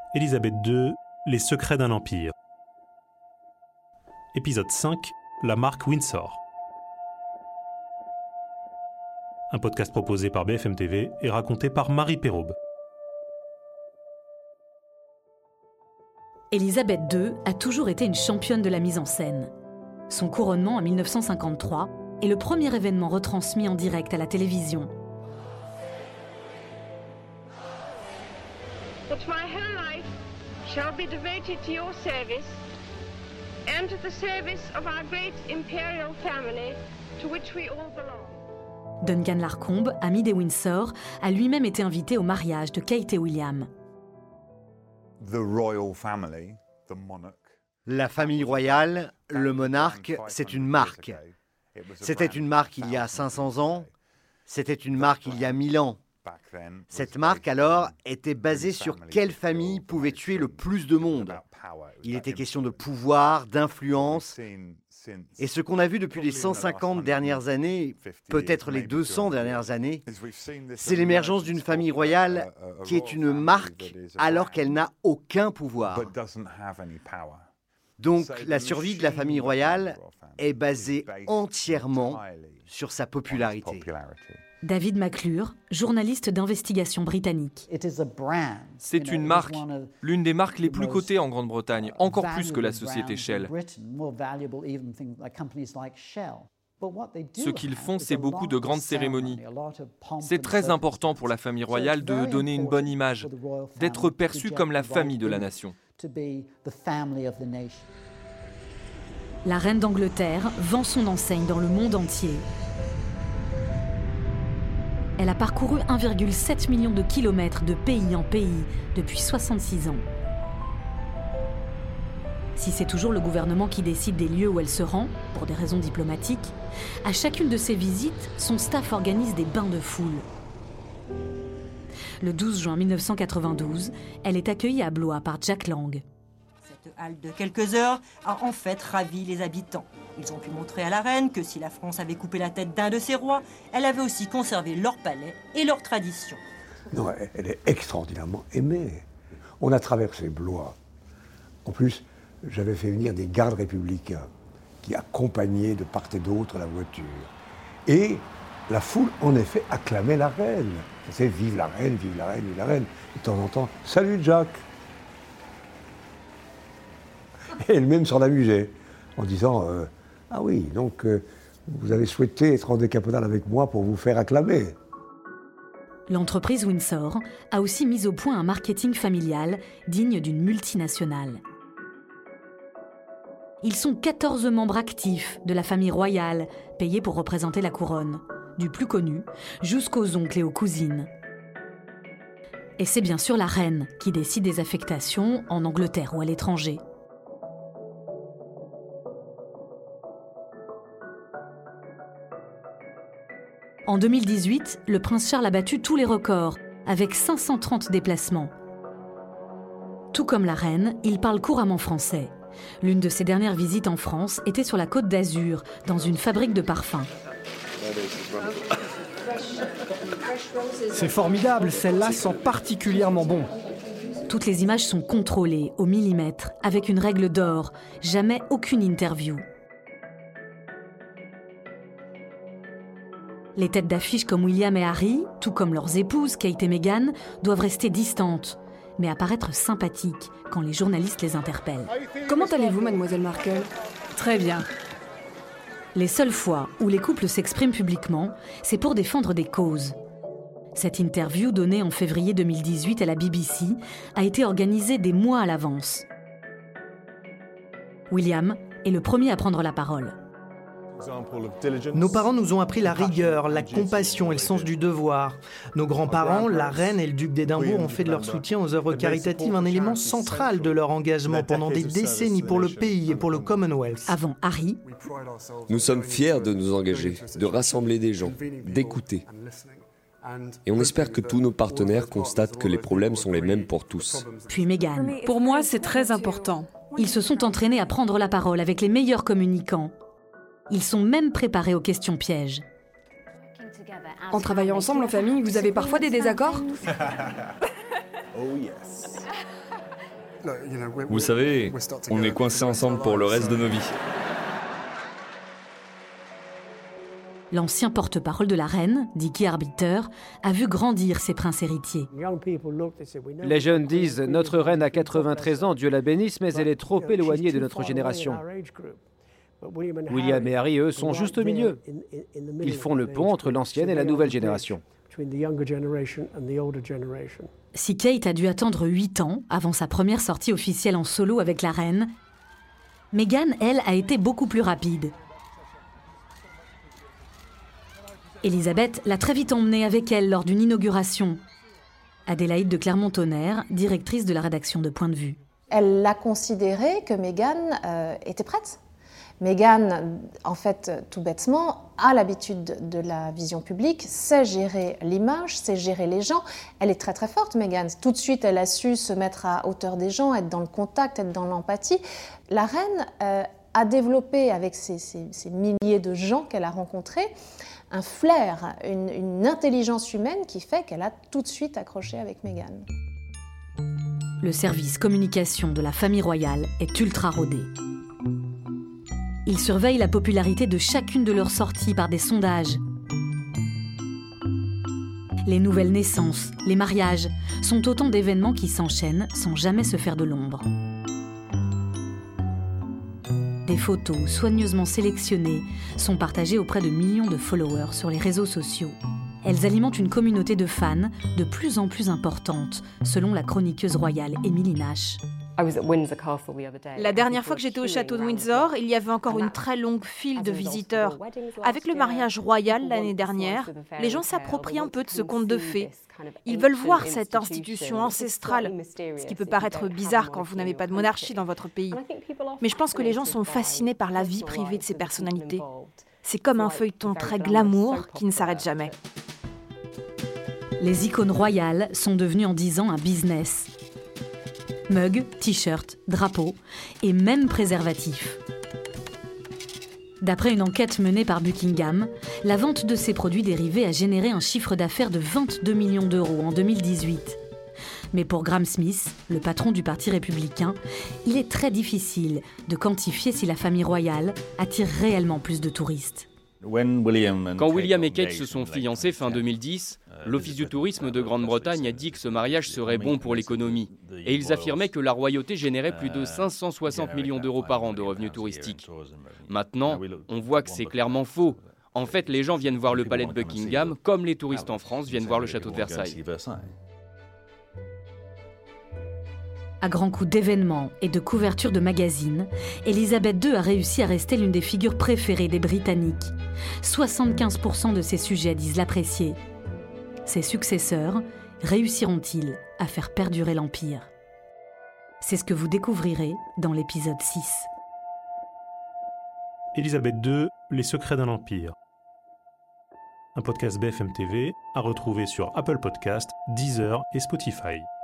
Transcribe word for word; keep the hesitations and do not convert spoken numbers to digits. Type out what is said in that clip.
Élisabeth deux, les secrets d'un empire. Épisode cinq, la marque Windsor. Un podcast proposé par B F M T V et raconté par Marie Perraube. Élisabeth deux a toujours été une championne de la mise en scène. Son couronnement en dix-neuf cent cinquante-trois est le premier événement retransmis en direct à la télévision. That my whole life shall be devoted to your service and to the service of our great imperial family to which we all belong. Duncan Larcombe, ami des Windsor, a lui-même été invité au mariage de Kate et William. The royal family, the monarch. La famille royale, le monarque, c'est une marque. C'était une marque il y a cinq cents ans, c'était une marque il y a mille ans. Cette marque, alors, était basée sur quelle famille pouvait tuer le plus de monde. Il était question de pouvoir, d'influence. Et ce qu'on a vu depuis les cent cinquante dernières années, peut-être les deux cents dernières années, c'est l'émergence d'une famille royale qui est une marque alors qu'elle n'a aucun pouvoir. Donc, la survie de la famille royale est basée entièrement sur sa popularité. David McClure, journaliste d'investigation britannique. C'est une marque, l'une des marques les plus cotées en Grande-Bretagne, encore plus que la société Shell. Ce qu'ils font, c'est beaucoup de grandes cérémonies. C'est très important pour la famille royale de donner une bonne image, d'être perçue comme la famille de la nation. La reine d'Angleterre vend son enseigne dans le monde entier. Elle a parcouru un virgule sept million de kilomètres de pays en pays depuis soixante-six ans. Si c'est toujours le gouvernement qui décide des lieux où elle se rend, pour des raisons diplomatiques, à chacune de ses visites, son staff organise des bains de foule. Le douze juin mille neuf cent quatre-vingt-douze, elle est accueillie à Blois par Jack Lang. Cette halte de quelques heures a en fait ravi les habitants. Ils ont pu montrer à la reine que si la France avait coupé la tête d'un de ses rois, elle avait aussi conservé leur palais et leurs traditions. Non, elle est extraordinairement aimée. On a traversé Blois. En plus, j'avais fait venir des gardes républicains qui accompagnaient de part et d'autre la voiture. Et la foule, en effet, acclamait la reine. C'est « Vive la reine, vive la reine, vive la reine ». De temps en temps, « Salut Jack !» Et elle-même s'en amusait en disant euh, « Ah oui, donc euh, vous avez souhaité être en décapotable avec moi pour vous faire acclamer ». L'entreprise Windsor a aussi mis au point un marketing familial digne d'une multinationale. Ils sont quatorze membres actifs de la famille royale, payés pour représenter la couronne, du plus connu jusqu'aux oncles et aux cousines. Et c'est bien sûr la reine qui décide des affectations en Angleterre ou à l'étranger. En deux mille dix-huit, le prince Charles a battu tous les records, avec cinq cent trente déplacements. Tout comme la reine, il parle couramment français. L'une de ses dernières visites en France était sur la Côte d'Azur, dans une fabrique de parfums. C'est formidable, celle-là sent particulièrement bon. Toutes les images sont contrôlées au millimètre, avec une règle d'or, jamais aucune interview. Les têtes d'affiche comme William et Harry, tout comme leurs épouses, Kate et Meghan, doivent rester distantes, mais apparaître sympathiques quand les journalistes les interpellent. Comment allez-vous, mademoiselle Markle ? Très bien. Les seules fois où les couples s'expriment publiquement, c'est pour défendre des causes. Cette interview, donnée en février deux mille dix-huit à la B B C, a été organisée des mois à l'avance. William est le premier à prendre la parole. Nos parents nous ont appris la rigueur, la compassion et le sens du devoir. Nos grands-parents, la reine et le duc d'Édimbourg ont fait de leur soutien aux œuvres caritatives un élément central de leur engagement pendant des décennies pour le pays et pour le Commonwealth. Avant Harry, nous sommes fiers de nous engager, de rassembler des gens, d'écouter. Et on espère que tous nos partenaires constatent que les problèmes sont les mêmes pour tous. Puis Meghan. Pour moi, c'est très important. Ils se sont entraînés à prendre la parole avec les meilleurs communicants. Ils sont même préparés aux questions pièges. En travaillant ensemble en famille, vous avez parfois des désaccords ? Vous savez, on est coincés ensemble pour le reste de nos vies. L'ancien porte-parole de la reine, Dickie Arbiter, a vu grandir ses princes héritiers. Les jeunes disent « Notre reine a quatre-vingt-treize ans, Dieu la bénisse, mais elle est trop éloignée de notre génération. » William et Harry, eux, sont juste au milieu. Ils font le pont entre l'ancienne et la nouvelle génération. Si Kate a dû attendre huit ans avant sa première sortie officielle en solo avec la reine, Meghan, elle, a été beaucoup plus rapide. Elisabeth l'a très vite emmenée avec elle lors d'une inauguration. Adélaïde de Clermont-Tonnerre, directrice de la rédaction de Point de Vue. Elle a considéré que Meghan euh, était prête. Meghan, en fait, tout bêtement, a l'habitude de la vision publique, sait gérer l'image, sait gérer les gens. Elle est très très forte, Meghan. Tout de suite, elle a su se mettre à hauteur des gens, être dans le contact, être dans l'empathie. La reine euh, a développé, avec ces, ces, ces milliers de gens qu'elle a rencontrés, un flair, une, une intelligence humaine qui fait qu'elle a tout de suite accroché avec Meghan. Le service communication de la famille royale est ultra rodé. Il surveille la popularité de chacune de leurs sorties par des sondages. Les nouvelles naissances, les mariages, sont autant d'événements qui s'enchaînent sans jamais se faire de l'ombre. Des photos soigneusement sélectionnées sont partagées auprès de millions de followers sur les réseaux sociaux. Elles alimentent une communauté de fans de plus en plus importante, selon la chroniqueuse royale Emily Nash. La dernière fois que j'étais au château de Windsor, il y avait encore une très longue file de visiteurs. Avec le mariage royal l'année dernière, les gens s'approprient un peu de ce conte de fées. Ils veulent voir cette institution ancestrale, ce qui peut paraître bizarre quand vous n'avez pas de monarchie dans votre pays. Mais je pense que les gens sont fascinés par la vie privée de ces personnalités. C'est comme un feuilleton très glamour qui ne s'arrête jamais. Les icônes royales sont devenues en dix ans un business. Mugs, t-shirts, drapeaux et même préservatifs. D'après une enquête menée par Buckingham, la vente de ces produits dérivés a généré un chiffre d'affaires de vingt-deux millions d'euros en deux mille dix-huit. Mais pour Graham Smith, le patron du Parti républicain, il est très difficile de quantifier si la famille royale attire réellement plus de touristes. Quand William et Kate se sont fiancés fin deux mille dix, l'Office du tourisme de Grande-Bretagne a dit que ce mariage serait bon pour l'économie. Et ils affirmaient que la royauté générait plus de cinq cent soixante millions d'euros par an de revenus touristiques. Maintenant, on voit que c'est clairement faux. En fait, les gens viennent voir le palais de Buckingham comme les touristes en France viennent voir le château de Versailles. À grands coups d'événements et de couvertures de magazines, Elisabeth deux a réussi à rester l'une des figures préférées des Britanniques. soixante-quinze pour cent de ses sujets disent l'apprécier. Ses successeurs réussiront-ils à faire perdurer l'Empire ? C'est ce que vous découvrirez dans l'épisode six. Elisabeth deux, Les secrets d'un empire. Un podcast B F M T V à retrouver sur Apple Podcasts, Deezer et Spotify.